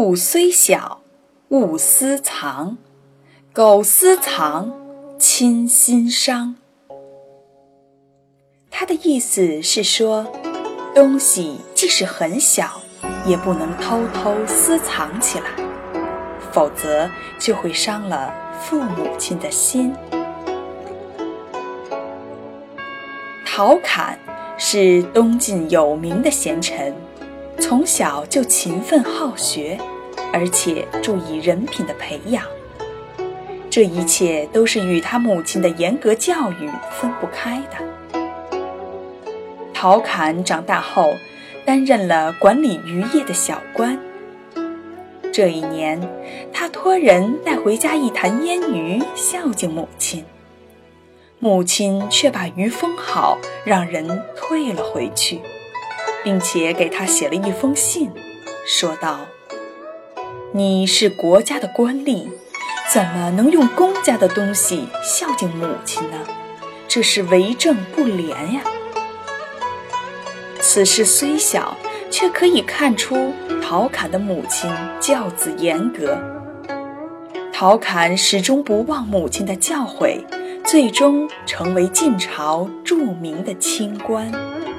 物虽小，勿私藏，苟私藏，亲心伤。他的意思是说，东西即使很小，也不能偷偷私藏起来，否则就会伤了父母亲的心。陶侃是东晋有名的贤臣，从小就勤奋好学，而且注意人品的培养。这一切都是与他母亲的严格教育分不开的。陶侃长大后担任了管理渔业的小官。这一年，他托人带回家一坛腌鱼孝敬母亲，母亲却把鱼封好，让人退了回去，并且给他写了一封信，说道：你是国家的官吏，怎么能用公家的东西孝敬母亲呢？这是为政不廉呀。此事虽小，却可以看出陶侃的母亲教子严格。陶侃始终不忘母亲的教诲，最终成为晋朝著名的清官。